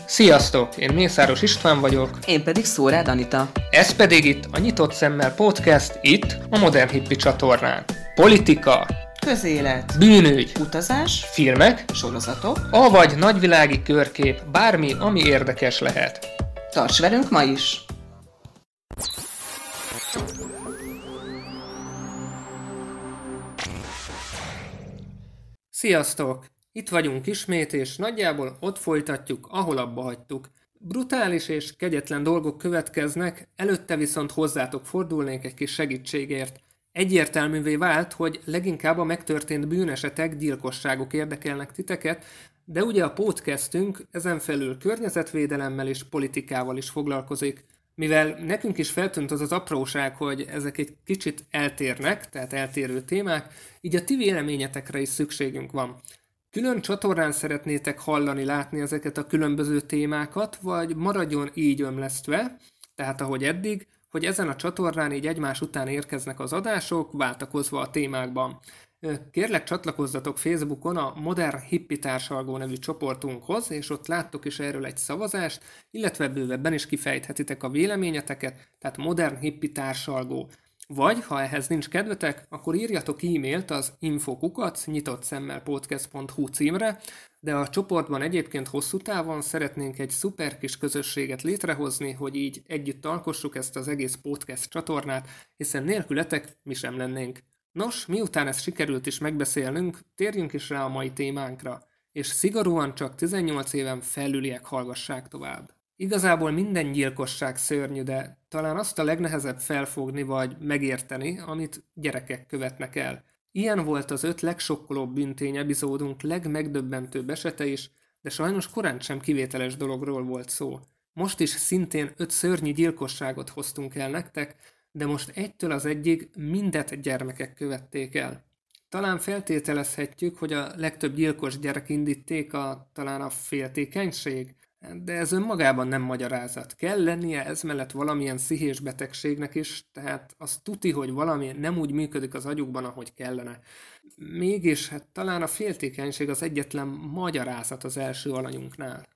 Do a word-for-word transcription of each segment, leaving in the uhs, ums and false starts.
Sziasztok! Én Mészáros István vagyok. Én pedig Szórád Anita. Ez pedig itt a Nyitott Szemmel Podcast, itt a Modern Hippie csatornán. Politika, közélet, bűnügy, utazás, filmek, sorozatok, avagy nagyvilági körkép, bármi, ami érdekes lehet. Tarts velünk ma is! Sziasztok! Itt vagyunk ismét, és nagyjából ott folytatjuk, ahol abba hagytuk. Brutális és kegyetlen dolgok következnek, előtte viszont hozzátok fordulnék egy kis segítségért. Egyértelművé vált, hogy leginkább a megtörtént bűnesetek, gyilkosságok érdekelnek titeket, de ugye a podcastünk ezen felül környezetvédelemmel és politikával is foglalkozik. Mivel nekünk is feltűnt az az apróság, hogy ezek egy kicsit eltérnek, tehát eltérő témák, így a ti véleményetekre is szükségünk van. Külön csatornán szeretnétek hallani, látni ezeket a különböző témákat, vagy maradjon így ömlesztve, tehát ahogy eddig, hogy ezen a csatornán így egymás után érkeznek az adások, váltakozva a témákban. Kérlek, csatlakozzatok Facebookon a Modern Hippie Társalgó nevű csoportunkhoz, és ott láttok is erről egy szavazást, illetve bővebben is kifejthetitek a véleményeteket, tehát Modern Hippie Társalgó. Vagy, ha ehhez nincs kedvetek, akkor írjatok e-mailt az info kukac nyitott szemmel podcast pont hu címre, de a csoportban egyébként hosszú távon szeretnénk egy szuper kis közösséget létrehozni, hogy így együtt alkossuk ezt az egész podcast csatornát, hiszen nélkületek mi sem lennénk. Nos, miután ezt sikerült is megbeszélnünk, térjünk is rá a mai témánkra, és szigorúan csak tizennyolc éven felüliek hallgassák tovább. Igazából minden gyilkosság szörnyű, de talán azt a legnehezebb felfogni vagy megérteni, amit gyerekek követnek el. Ilyen volt az öt legsokkolóbb bűntény epizódunk legmegdöbbentőbb esete is, de sajnos korán sem kivételes dologról volt szó. Most is szintén öt szörnyű gyilkosságot hoztunk el nektek, de most egytől az egyig mindet gyermekek követték el. Talán feltételezhetjük, hogy a legtöbb gyilkos gyerek indítéka talán a féltékenység, de ez önmagában nem magyarázat. Kell lennie ez mellett valamilyen pszichés betegségnek is, tehát az tuti, hogy valami nem úgy működik az agyukban, ahogy kellene. Mégis hát talán a féltékenység az egyetlen magyarázat az első alanyunknál.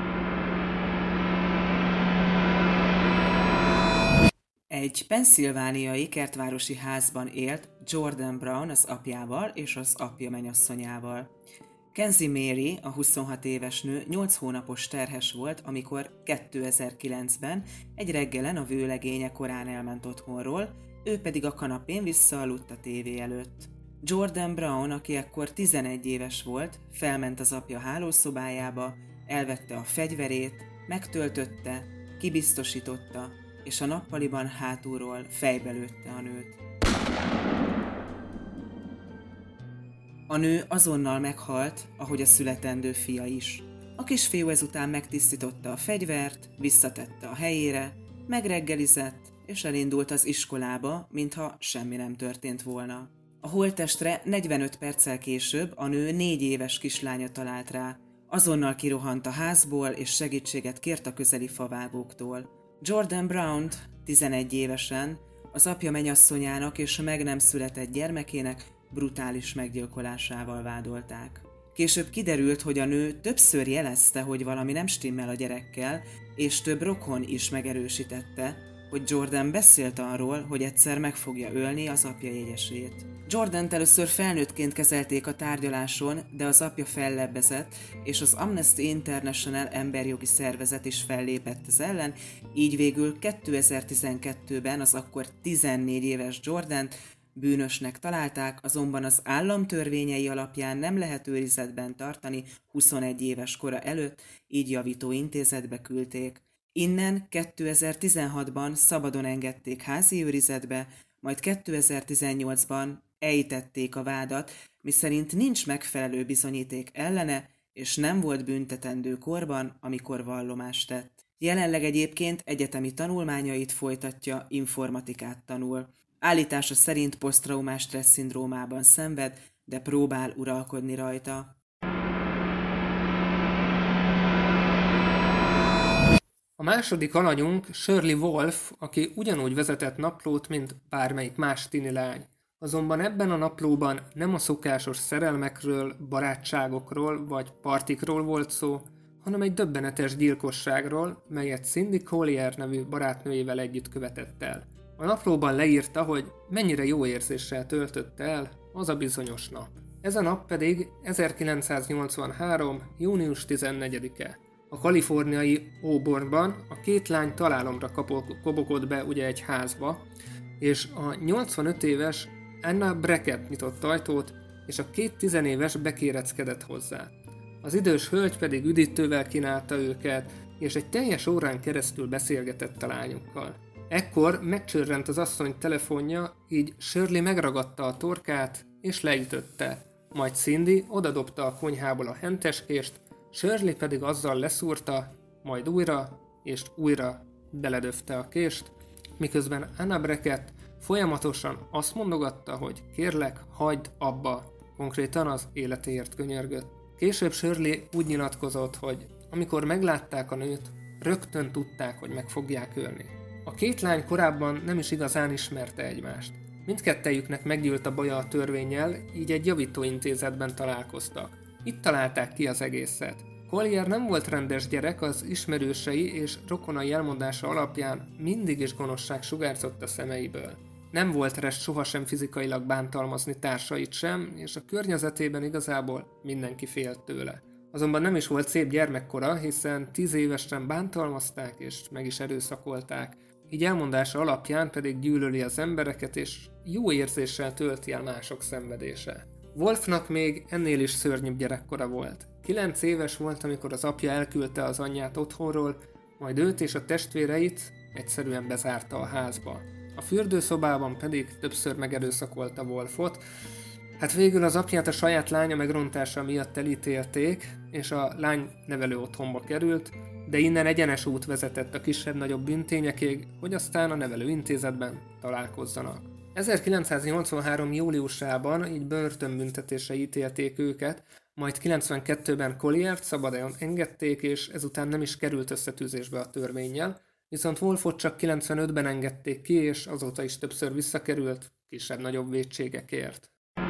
Egy pennsylvániai kertvárosi házban élt Jordan Brown az apjával és az apja mennyasszonyával. Kenzie Mary, a huszonhat éves nő nyolc hónapos terhes volt, amikor kétezer-kilencben egy reggelen a vőlegénye korán elment otthonról, ő pedig a kanapén visszaaludt a tévé előtt. Jordan Brown, aki ekkor tizenegy éves volt, felment az apja hálószobájába, elvette a fegyverét, megtöltötte, kibiztosította, és a nappaliban hátulról fejbe lőtte a nőt. A nő azonnal meghalt, ahogy a születendő fia is. A kisfiú ezután megtisztította a fegyvert, visszatette a helyére, megreggelizett, és elindult az iskolába, mintha semmi nem történt volna. A holttestre negyvenöt perccel később a nő négy éves kislánya talált rá. Azonnal kirohant a házból, és segítséget kért a közeli favágóktól. Jordan Brownt tizenegy évesen az apja mennyasszonyának és a meg nem született gyermekének brutális meggyilkolásával vádolták. Később kiderült, hogy a nő többször jelezte, hogy valami nem stimmel a gyerekkel, és több rokon is megerősítette, hogy Jordan beszélt arról, hogy egyszer meg fogja ölni az apja jegyesét. Jordant először felnőttként kezelték a tárgyaláson, de az apja fellebbezett, és az Amnesty International emberjogi szervezet is fellépett az ellen, így végül kétezer-tizenkettőben az akkor tizennégy éves Jordant bűnösnek találták, azonban az állam törvényei alapján nem lehet őrizetben tartani huszonegy éves kora előtt, így javító intézetbe küldték. Innen kétezer-tizenhatban szabadon engedték házi őrizetbe, majd kétezer-tizennyolcban ejtették a vádat, miszerint nincs megfelelő bizonyíték ellene, és nem volt büntetendő korban, amikor vallomást tett. Jelenleg egyébként egyetemi tanulmányait folytatja, informatikát tanul. Állítása szerint posztraumás stressz szindrómában szenved, de próbál uralkodni rajta. A második alanyunk Shirley Wolf, aki ugyanúgy vezetett naplót, mint bármelyik más tini lány. Azonban ebben a naplóban nem a szokásos szerelmekről, barátságokról vagy partikról volt szó, hanem egy döbbenetes gyilkosságról, melyet Cindy Collier nevű barátnőjével együtt követett el. A naplóban leírta, hogy mennyire jó érzéssel töltötte el az a bizonyos nap. Ez a nap pedig ezerkilencszáznyolcvanhárom. június tizennegyedike. A kaliforniai Auburnban a két lány találomra kobogott be ugye egy házba, és a nyolcvanöt éves Anna Brackett nyitott ajtót, és a két tizenéves bekéreckedett hozzá. Az idős hölgy pedig üdítővel kínálta őket, és egy teljes órán keresztül beszélgetett a lányukkal. Ekkor megcsörrent az asszony telefonja, így Shirley megragadta a torkát, és leütötte. Majd Cindy odadobta a konyhából a henteskést, Shirley pedig azzal leszúrta, majd újra és újra beledöfte a kést, miközben Anna Brackett folyamatosan azt mondogatta, hogy kérlek, hagyd abba, konkrétan az életéért könyörgött. Később Shirley úgy nyilatkozott, hogy amikor meglátták a nőt, rögtön tudták, hogy meg fogják ölni. A két lány korábban nem is igazán ismerte egymást. Mindkettejüknek meggyűlt a baja a törvénnyel, így egy javítóintézetben találkoztak. Itt találták ki az egészet. Collier nem volt rendes gyerek, az ismerősei és rokonai elmondása alapján mindig is gonoszság sugárzott a szemeiből. Nem volt rest sohasem fizikailag bántalmazni társait sem, és a környezetében igazából mindenki félt tőle. Azonban nem is volt szép gyermekkora, hiszen tíz évesen bántalmazták és meg is erőszakolták. Így elmondása alapján pedig gyűlöli az embereket, és jó érzéssel tölti el mások szenvedése. Wolfnak még ennél is szörnyűbb gyerekkora volt. Kilenc éves volt, amikor az apja elküldte az anyját otthonról, majd őt és a testvéreit egyszerűen bezárta a házba. A fürdőszobában pedig többször megerőszakolta Wolfot. Hát végül az apját a saját lánya megrontása miatt elítélték, és a lány nevelő otthonba került, de innen egyenes út vezetett a kisebb-nagyobb bűntényekig, hogy aztán a nevelőintézetben találkozzanak. ezerkilencszáznyolcvanhárom. júliusában így börtönbüntetésre ítélték őket, majd kilencvenkettőben Colliert szabadon engedték, és ezután nem is került összetűzésbe a törvénnyel, viszont Wolfot csak kilencvenötben engedték ki, és azóta is többször visszakerült, kisebb-nagyobb vétségekért.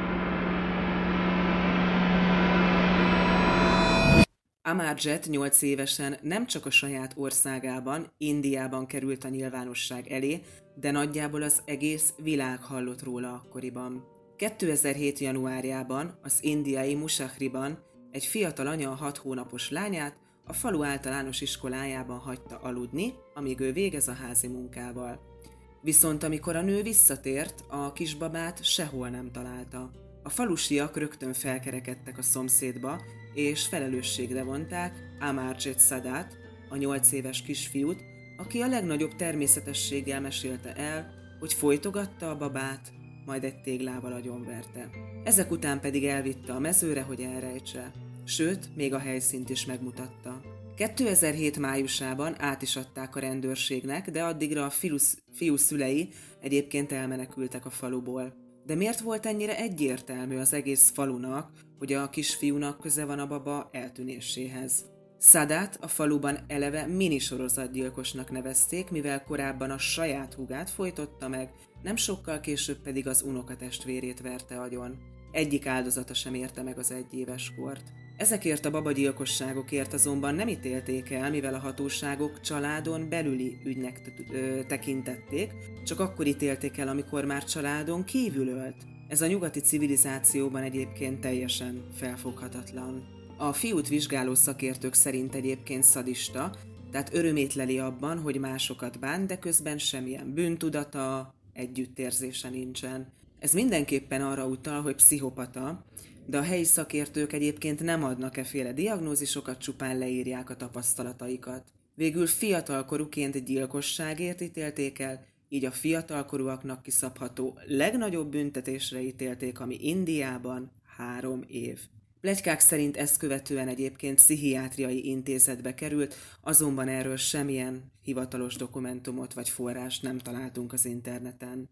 Amarjet nyolc évesen nem csak a saját országában, Indiában került a nyilvánosság elé, de nagyjából az egész világ hallott róla akkoriban. kétezer-hét. januárjában az indiai Musahriban egy fiatal anya a hat hónapos lányát a falu általános iskolájában hagyta aludni, amíg ő végez a házi munkával. Viszont amikor a nő visszatért, a kisbabát sehol nem találta. A falusiak rögtön felkerekedtek a szomszédba, és felelősségre vonták Amarjet Sadat, a nyolc éves kisfiút, aki a legnagyobb természetességgel mesélte el, hogy folytogatta a babát, majd egy téglával agyonverte. Ezek után pedig elvitte a mezőre, hogy elrejtse, sőt, még a helyszínt is megmutatta. kétezer-hét. májusában át is adták a rendőrségnek, de addigra a fiú, fiú szülei egyébként elmenekültek a faluból. De miért volt ennyire egyértelmű az egész falunak, hogy a kisfiúnak köze van a baba eltűnéséhez? Sadat a faluban eleve minisorozatgyilkosnak nevezték, mivel korábban a saját húgát folytotta meg, nem sokkal később pedig az unokatestvérét verte agyon. Egyik áldozata sem érte meg az egyéves kort. Ezekért a babagyilkosságokért azonban nem ítélték el, mivel a hatóságok családon belüli ügynek tekintették, csak akkor ítélték el, amikor már családon kívül ölt. Ez a nyugati civilizációban egyébként teljesen felfoghatatlan. A fiút vizsgáló szakértők szerint egyébként szadista, tehát örömét leli abban, hogy másokat bánt, de közben semmilyen bűntudata, együttérzése nincsen. Ez mindenképpen arra utal, hogy pszichopata, de a helyi szakértők egyébként nem adnak efféle diagnózisokat, csupán leírják a tapasztalataikat. Végül fiatalkorúként gyilkosságért ítélték el, így a fiatalkorúaknak kiszabható legnagyobb büntetésre ítélték, ami Indiában három év. Pletykák szerint ezt követően egyébként pszichiátriai intézetbe került, azonban erről semmilyen hivatalos dokumentumot vagy forrást nem találtunk az interneten.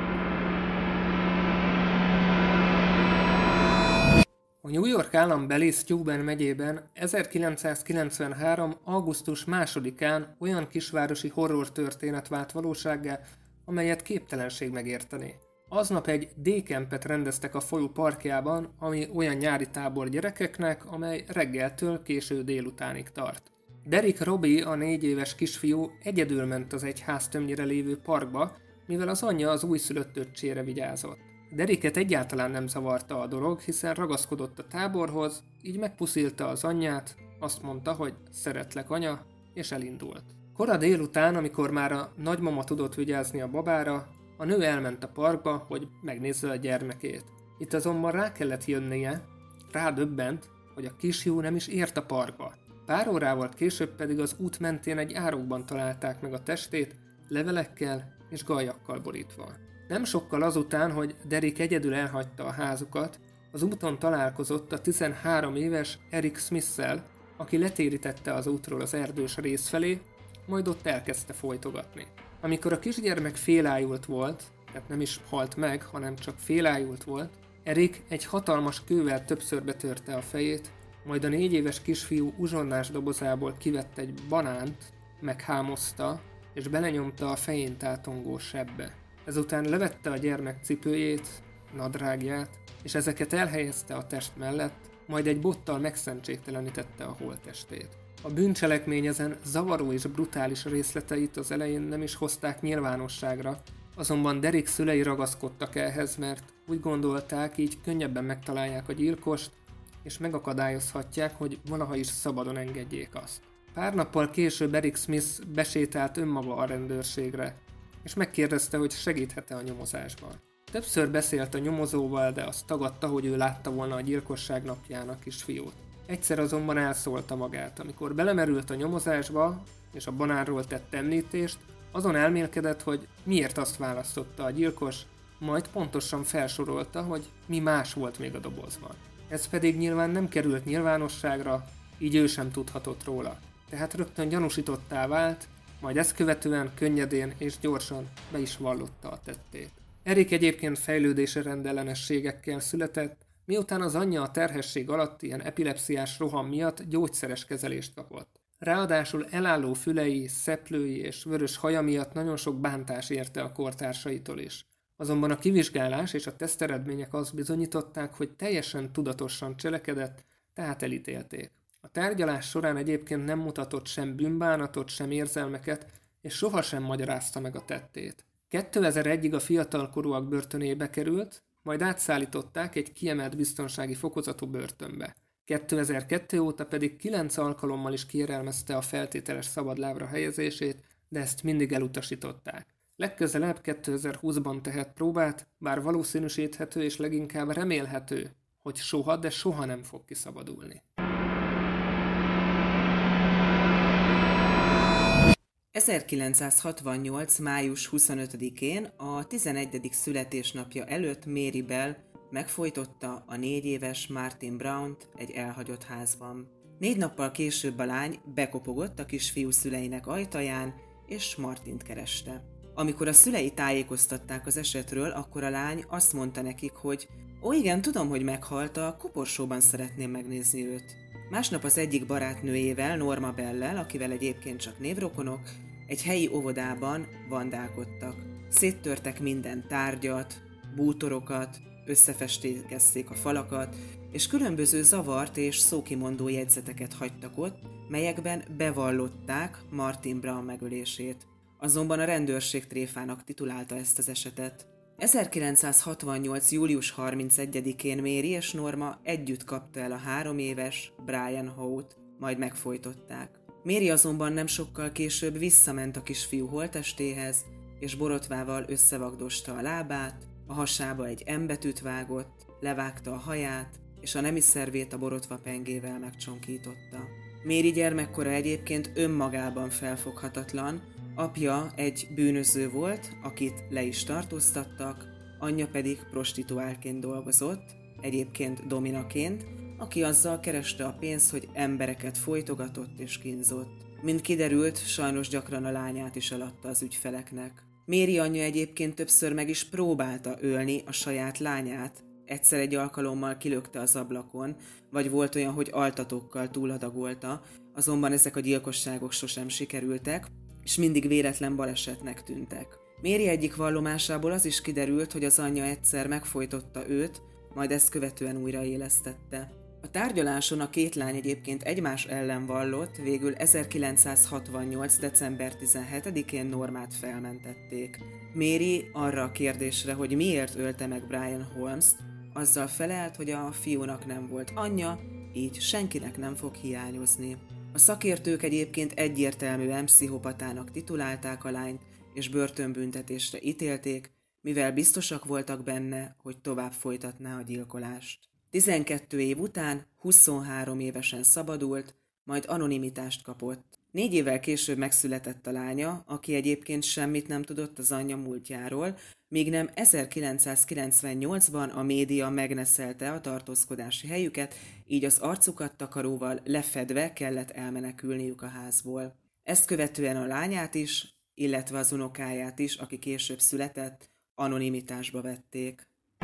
A New York állambeli Steuben megyében ezerkilencszázkilencvenhárom. augusztus másodikán olyan kisvárosi horror történet vált valósággá, amelyet képtelenség megérteni. Aznap egy D-campet rendeztek a falu parkjában, ami olyan nyári tábor gyerekeknek, amely reggeltől késő délutánig tart. Derek Robbie, a négy éves kisfiú egyedül ment az egyház tömnyire lévő parkba, mivel az anyja az újszülött öccsére vigyázott. Dereket egyáltalán nem zavarta a dolog, hiszen ragaszkodott a táborhoz, így megpuszilta az anyját, azt mondta, hogy szeretlek anya, és elindult. Kora délután, amikor már a nagymama tudott vigyázni a babára, a nő elment a parkba, hogy megnézze a gyermekét. Itt azonban rá kellett jönnie, rádöbbent, hogy a kisfiú nem is ért a parkba. Pár órával később pedig az út mentén egy árokban találták meg a testét, levelekkel és galjakkal borítva. Nem sokkal azután, hogy Derek egyedül elhagyta a házukat, az úton találkozott a tizenhárom éves Eric Smith-szel, aki letérítette az útról az erdős rész felé, majd ott elkezdte folytogatni. Amikor a kisgyermek félájult volt, tehát nem is halt meg, hanem csak félájult volt, Eric egy hatalmas kővel többször betörte a fejét, majd a négy éves kisfiú uzsonnás dobozából kivett egy banánt, meghámozta, és belenyomta a fején tátongó sebbe. Ezután levette a gyermek cipőjét, nadrágját, és ezeket elhelyezte a test mellett, majd egy bottal megszentségtelenítette a holttestét. A bűncselekmény ezen zavaró és brutális részleteit az elején nem is hozták nyilvánosságra, azonban Derek szülei ragaszkodtak ehhez, mert úgy gondolták, így könnyebben megtalálják a gyilkost, és megakadályozhatják, hogy valaha is szabadon engedjék azt. Pár nappal később Eric Smith besétált önmaga a rendőrségre, és megkérdezte, hogy segíthet-e a nyomozásban. Többször beszélt a nyomozóval, de azt tagadta, hogy ő látta volna a gyilkosság napján a kisfiút. Egyszer azonban elszólta magát, amikor belemerült a nyomozásba, és a banánról tett említést, azon elmélkedett, hogy miért azt választotta a gyilkos, majd pontosan felsorolta, hogy mi más volt még a dobozban. Ez pedig nyilván nem került nyilvánosságra, így ő sem tudhatott róla. Tehát rögtön gyanúsítottá vált, majd ezt követően könnyedén és gyorsan be is vallotta a tettét. Eric egyébként fejlődési rendellenességekkel született, miután az anyja a terhesség alatt ilyen epilepsziás roham miatt gyógyszeres kezelést kapott. Ráadásul elálló fülei, szeplői és vörös haja miatt nagyon sok bántás érte a kortársaitól is. Azonban a kivizsgálás és a teszteredmények azt bizonyították, hogy teljesen tudatosan cselekedett, tehát elítélték. A tárgyalás során egyébként nem mutatott sem bűnbánatot, sem érzelmeket, és sohasem magyarázta meg a tettét. kétezer-egyig a fiatalkorúak börtönébe került, majd átszállították egy kiemelt biztonsági fokozatú börtönbe. kétezer-kettő óta pedig kilenc alkalommal is kérelmezte a feltételes szabadlábra helyezését, de ezt mindig elutasították. Legközelebb kétezer-húszban tehet próbát, bár valószínűsíthető és leginkább remélhető, hogy soha, de soha nem fog kiszabadulni. ezerkilencszázhatvannyolc. május huszonötödikén a tizenegyedik születésnapja előtt Mary Bell megfojtotta a négy éves Martin Brownt egy elhagyott házban. Négy nappal később a lány bekopogott a kisfiú szüleinek ajtaján, és Martint kereste. Amikor a szülei tájékoztatták az esetről, akkor a lány azt mondta nekik, hogy ó igen, tudom, hogy meghalt, a koporsóban szeretném megnézni őt. Másnap az egyik barátnőjével, Norma Bellel, akivel egyébként csak névrokonok, egy helyi óvodában vandálkodtak. Széttörtek minden tárgyat, bútorokat, összefestékezték a falakat, és különböző zavart és szókimondó jegyzeteket hagytak ott, melyekben bevallották Martin Brown megölését. Azonban a rendőrség tréfának titulálta ezt az esetet. ezerkilencszázhatvannyolc. július harmincegyedikén Mary és Norma együtt kapta el a három éves Brian Howe-t, majd megfojtották. Mary azonban nem sokkal később visszament a kisfiú holttestéhez, és borotvával összevagdosta a lábát, a hasába egy M-betűt vágott, levágta a haját, és a nemi szervét a borotva pengével megcsonkította. Mary gyermekkora egyébként önmagában felfoghatatlan, apja egy bűnöző volt, akit le is tartóztattak, anyja pedig prostituálként dolgozott, egyébként dominaként, aki azzal kereste a pénzt, hogy embereket folytogatott és kínzott. Mint kiderült, sajnos gyakran a lányát is eladta az ügyfeleknek. Mary anyja egyébként többször meg is próbálta ölni a saját lányát, egyszer egy alkalommal kilökte az ablakon, vagy volt olyan, hogy altatókkal túladagolta, azonban ezek a gyilkosságok sosem sikerültek, és mindig véletlen balesetnek tűntek. Mary egyik vallomásából az is kiderült, hogy az anyja egyszer megfojtotta őt, majd ezt követően újraélesztette. A tárgyaláson a két lány egyébként egymás ellen vallott, végül ezerkilencszázhatvannyolc. december tizenhetedikén Normát felmentették. Mary arra a kérdésre, hogy miért ölte meg Brian Holmes-t, azzal felelt, hogy a fiúnak nem volt anyja, így senkinek nem fog hiányozni. A szakértők egyébként egyértelműen pszichopatának titulálták a lányt, és börtönbüntetésre ítélték, mivel biztosak voltak benne, hogy tovább folytatná a gyilkolást. tizenkét év után huszonhárom évesen szabadult, majd anonimitást kapott. Négy évvel később megszületett a lánya, aki egyébként semmit nem tudott az anyja múltjáról, míg nem ezerkilencszázkilencvennyolcban a média megneszelte a tartózkodási helyüket, így az arcukat takaróval lefedve kellett elmenekülniük a házból. Ezt követően a lányát is, illetve az unokáját is, aki később született, anonimitásba vették.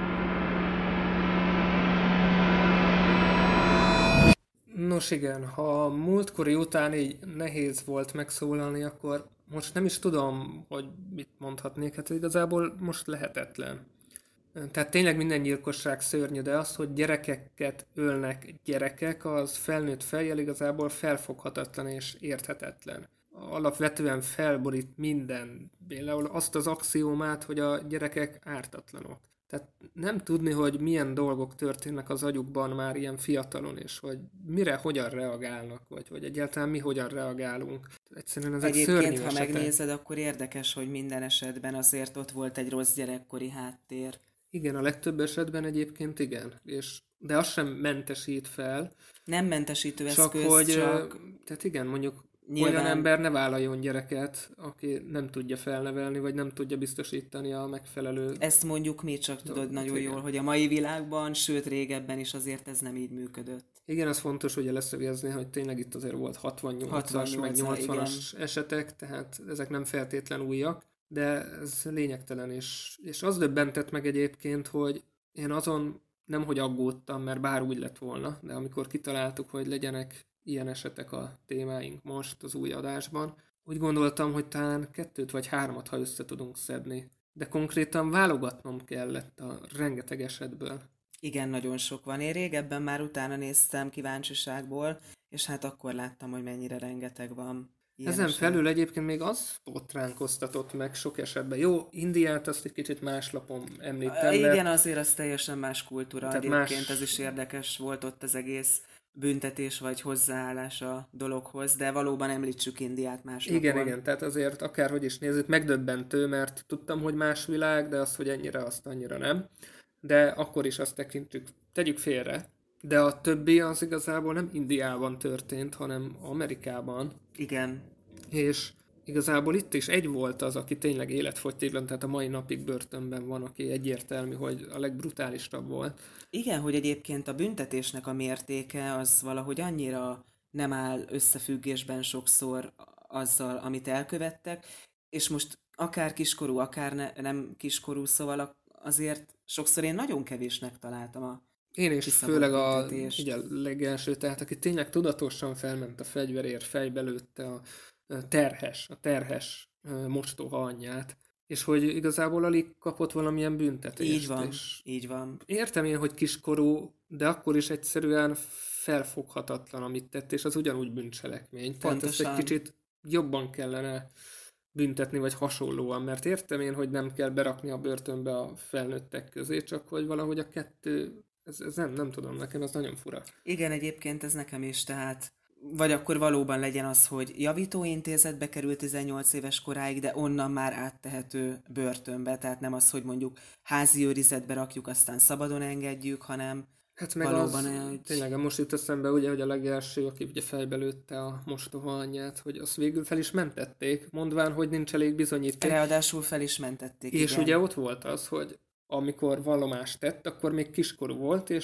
Nos igen, ha a múltkori után így nehéz volt megszólalni, akkor most nem is tudom, hogy mit mondhatnék, hát igazából most lehetetlen. Tehát tényleg minden gyilkosság szörnyű, de az, hogy gyerekeket ölnek gyerekek, az felnőtt fejjel igazából felfoghatatlan és érthetetlen. Alapvetően felborít minden, például azt az axiómát, hogy a gyerekek ártatlanok. Tehát nem tudni, hogy milyen dolgok történnek az agyukban már ilyen fiatalon, és hogy mire, hogyan reagálnak, vagy hogy egyáltalán mi hogyan reagálunk. Egyszerűen ezek szörnyű Egyébként, ha esetek. megnézed, akkor érdekes, hogy minden esetben azért ott volt egy rossz gyerekkori háttér. Igen, a legtöbb esetben egyébként igen, és, de az sem mentesít fel. Nem mentesítő Csak eszköz, hogy, csak... tehát igen, mondjuk Nyilván... olyan ember ne vállaljon gyereket, aki nem tudja felnevelni, vagy nem tudja biztosítani a megfelelő... Ezt mondjuk mi csak tudod dolgot, nagyon igen. jól, hogy a mai világban, sőt régebben is azért ez nem így működött. Igen, az fontos, hogy leszögezni, hogy tényleg itt azért volt hatvannyolcas, meg nyolcvanas igen. esetek, tehát ezek nem feltétlen újak, de ez lényegtelen, és, és az döbbentett meg egyébként, hogy én azon nemhogy aggódtam, mert bár úgy lett volna, de amikor kitaláltuk, hogy legyenek ilyen esetek a témáink most az új adásban, úgy gondoltam, hogy talán kettőt vagy hármat, ha össze tudunk szedni. De konkrétan válogatnom kellett a rengeteg esetből. Igen, nagyon sok van. Én régebben már utána néztem kíváncsiságból, és hát akkor láttam, hogy mennyire rengeteg van. Ezen eset. Felül egyébként még az botránkoztatott meg sok esetben. Jó, Indiát azt egy kicsit más lapon említem. Igen, azért az teljesen más kultúra. Tehát egyébként más... ez is érdekes volt ott az egész büntetés vagy hozzáállás a dologhoz, de valóban említsük Indiát más Igen, napon. igen, tehát azért akárhogy is nézzük, megdöbbentő, mert tudtam, hogy más világ, de azt, hogy ennyire, azt annyira nem. De akkor is azt tekintjük, tegyük félre. De a többi az igazából nem Indiában történt, hanem Amerikában. Igen. És igazából itt is egy volt az, aki tényleg életfogytiglan, tehát a mai napig börtönben van, aki egyértelmű, hogy a legbrutálisabb volt. Igen, hogy egyébként a büntetésnek a mértéke az valahogy annyira nem áll összefüggésben sokszor azzal, amit elkövettek, és most akár kiskorú, akár ne, nem kiskorú, szóval azért sokszor én nagyon kevésnek találtam a Én is, főleg a, ugye, a legelső, tehát aki tényleg tudatosan felment a fegyverért, fejbe lőtte a terhes, a terhes mostoha anyját, és hogy igazából alig kapott valamilyen büntetést. Így van, és így van. Értem én, hogy kiskorú, de akkor is egyszerűen felfoghatatlan, amit tett, és az ugyanúgy bűncselekmény. Tehát ezt egy kicsit jobban kellene büntetni, vagy hasonlóan, mert értem én, hogy nem kell berakni a börtönbe a felnőttek közé, csak hogy valahogy a kettő, ez, ez nem, nem tudom, nekem ez nagyon fura. Igen, egyébként ez nekem is, tehát vagy akkor valóban legyen az, hogy javítóintézetbe kerül tizennyolc éves koráig, de onnan már áttehető börtönbe, tehát nem az, hogy mondjuk házi őrizetbe rakjuk, aztán szabadon engedjük, hanem hát meg valóban az, hogy... tényleg most jut eszembe, ugye, hogy a legelső, aki ugye fejbe lőtte a mostoha anyját, hogy azt végül fel is mentették, mondván, hogy nincs elég bizonyíték. Ráadásul fel is mentették, És igen. ugye ott volt az, hogy amikor vallomást tett, akkor még kiskorú volt, és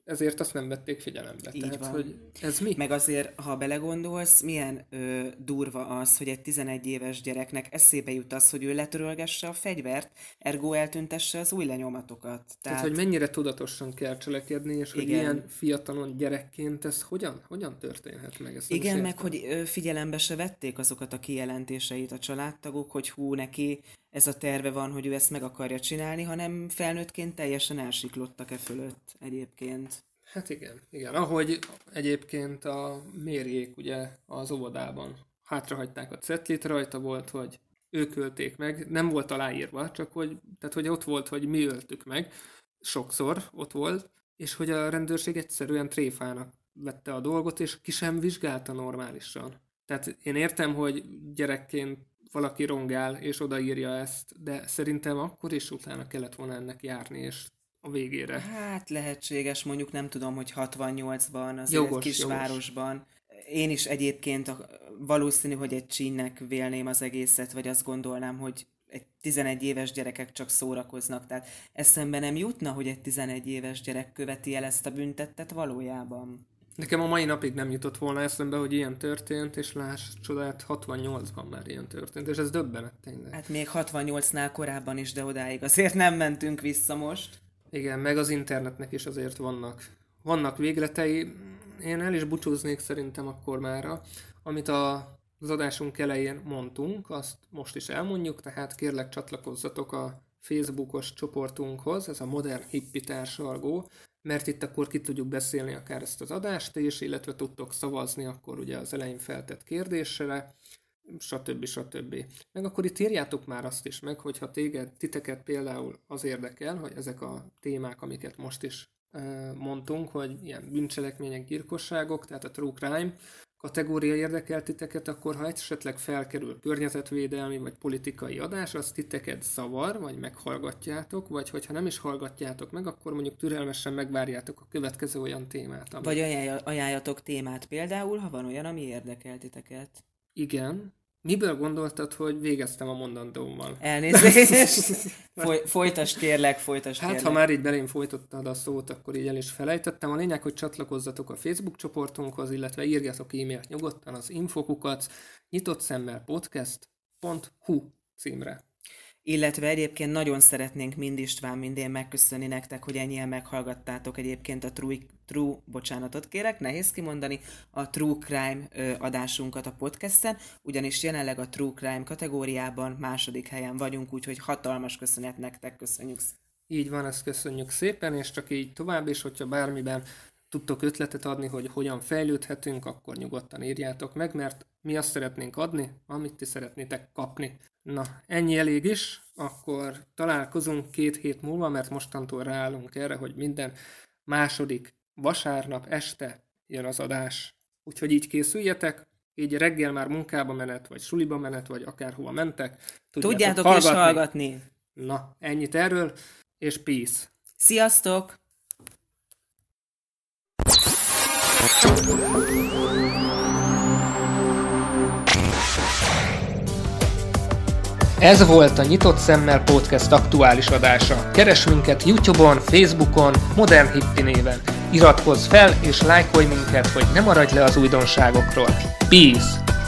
ezért azt nem vették figyelembe. Így Tehát, van. hogy ez mi? Meg azért, ha belegondolsz, milyen ö, durva az, hogy egy tizenegy éves gyereknek eszébe jut az, hogy ő letörölgesse a fegyvert, ergo eltüntesse az új lenyomatokat. Tehát, Tehát, hogy mennyire tudatosan kell cselekedni, és hogy Igen. ilyen fiatalon gyerekként ez hogyan, hogyan történhet meg? Ezt nem igen, is meg értem. hogy ö, figyelembe se vették azokat a kijelentéseit a családtagok, hogy hú, neki ez a terve van, hogy ő ezt meg akarja csinálni, hanem felnőttként teljesen elsiklottak e fölött egyébként. Hát igen, igen. Ahogy egyébként a mérjék ugye az óvodában hátrahagyták a cetlit, rajta volt, hogy ők ölték meg, nem volt aláírva, csak hogy, tehát hogy ott volt, hogy mi öltük meg, sokszor ott volt, és hogy a rendőrség egyszerűen tréfának vette a dolgot, és ki sem vizsgálta normálisan. Tehát én értem, hogy gyerekként valaki rongál, és odaírja ezt, de szerintem akkor is utána kellett volna ennek járni, és a végére. Hát lehetséges, mondjuk nem tudom, hogy hatvannyolcban, az Jogos, egy kisvárosban. Én is egyébként a, valószínű, hogy egy csínnek vélném az egészet, vagy azt gondolnám, hogy egy tizenegy éves gyerekek csak szórakoznak. Tehát eszembe nem jutna, hogy egy tizenegy éves gyerek követi el ezt a büntettet valójában. Nekem a mai napig nem jutott volna eszembe, hogy ilyen történt, és láss csodát, hatvannyolcban már ilyen történt, és ez döbbenet tényleg. Hát még hatvannyolcnál korábban is, de odáig azért nem mentünk vissza most. Igen, meg az internetnek is azért vannak, vannak végletei. Én el is búcsúznék szerintem akkor mára, amit a, az adásunk elején mondtunk, azt most is elmondjuk, tehát kérlek csatlakozzatok a Facebookos csoportunkhoz, ez a Modern Hippie Társalgó, mert itt akkor ki tudjuk beszélni akár ezt az adást is, illetve tudtok szavazni akkor ugye az elején feltett kérdésre, stb. stb. Meg akkor itt írjátok már azt is meg, hogyha téged, titeket például az érdekel, hogy ezek a témák, amiket most is e, mondtunk, hogy ilyen bűncselekmények, gyilkosságok, tehát a true crime kategória érdekel titeket, akkor ha esetleg felkerül környezetvédelmi vagy politikai adás, az titeket zavar, vagy meghallgatjátok, vagy hogyha nem is hallgatjátok meg, akkor mondjuk türelmesen megvárjátok a következő olyan témát. Ami... Vagy ajánlja, ajánljatok témát például, ha van olyan, ami érdekel titeket. Igen. Miből gondoltad, hogy végeztem a mondandómmal? Elnézést! Foly, folytasd kérlek, folytasd Hát, kérlek. ha már így belém folytottad a szót, akkor így el is felejtettem. A lényeg, hogy csatlakozzatok a Facebook csoportunkhoz, illetve írjatok e-mailt nyugodtan az infokukat nyitott szemmel podcast pont hu címre. Illetve egyébként nagyon szeretnénk mind István, mind én megköszönni nektek, hogy ennyien meghallgattátok egyébként a True, True bocsánatot kérek, nehéz kimondani, a True Crime ö, adásunkat a podcasten, ugyanis jelenleg a True Crime kategóriában második helyen vagyunk, úgyhogy hatalmas köszönet nektek, köszönjük. Így van, ezt köszönjük szépen, és csak így tovább is, hogyha bármiben tudtok ötletet adni, hogy hogyan fejlődhetünk, akkor nyugodtan írjátok meg, mert mi azt szeretnénk adni, amit ti szeretnétek kapni. Na, ennyi elég is, akkor találkozunk két hét múlva, mert mostantól ráállunk erre, hogy minden második vasárnap este jön az adás. Úgyhogy így készüljetek, így reggel már munkába menet, vagy suliba menet, vagy akárhova mentek. Tudjátok hallgatni. is hallgatni. Na, ennyit erről, és peace! Sziasztok! Ez volt a Nyitott Szemmel Podcast aktuális adása. Keres minket YouTube-on, Facebookon, Modern Hippie néven. Iratkozz fel és lájkolj minket, hogy ne maradj le az újdonságokról. Peace!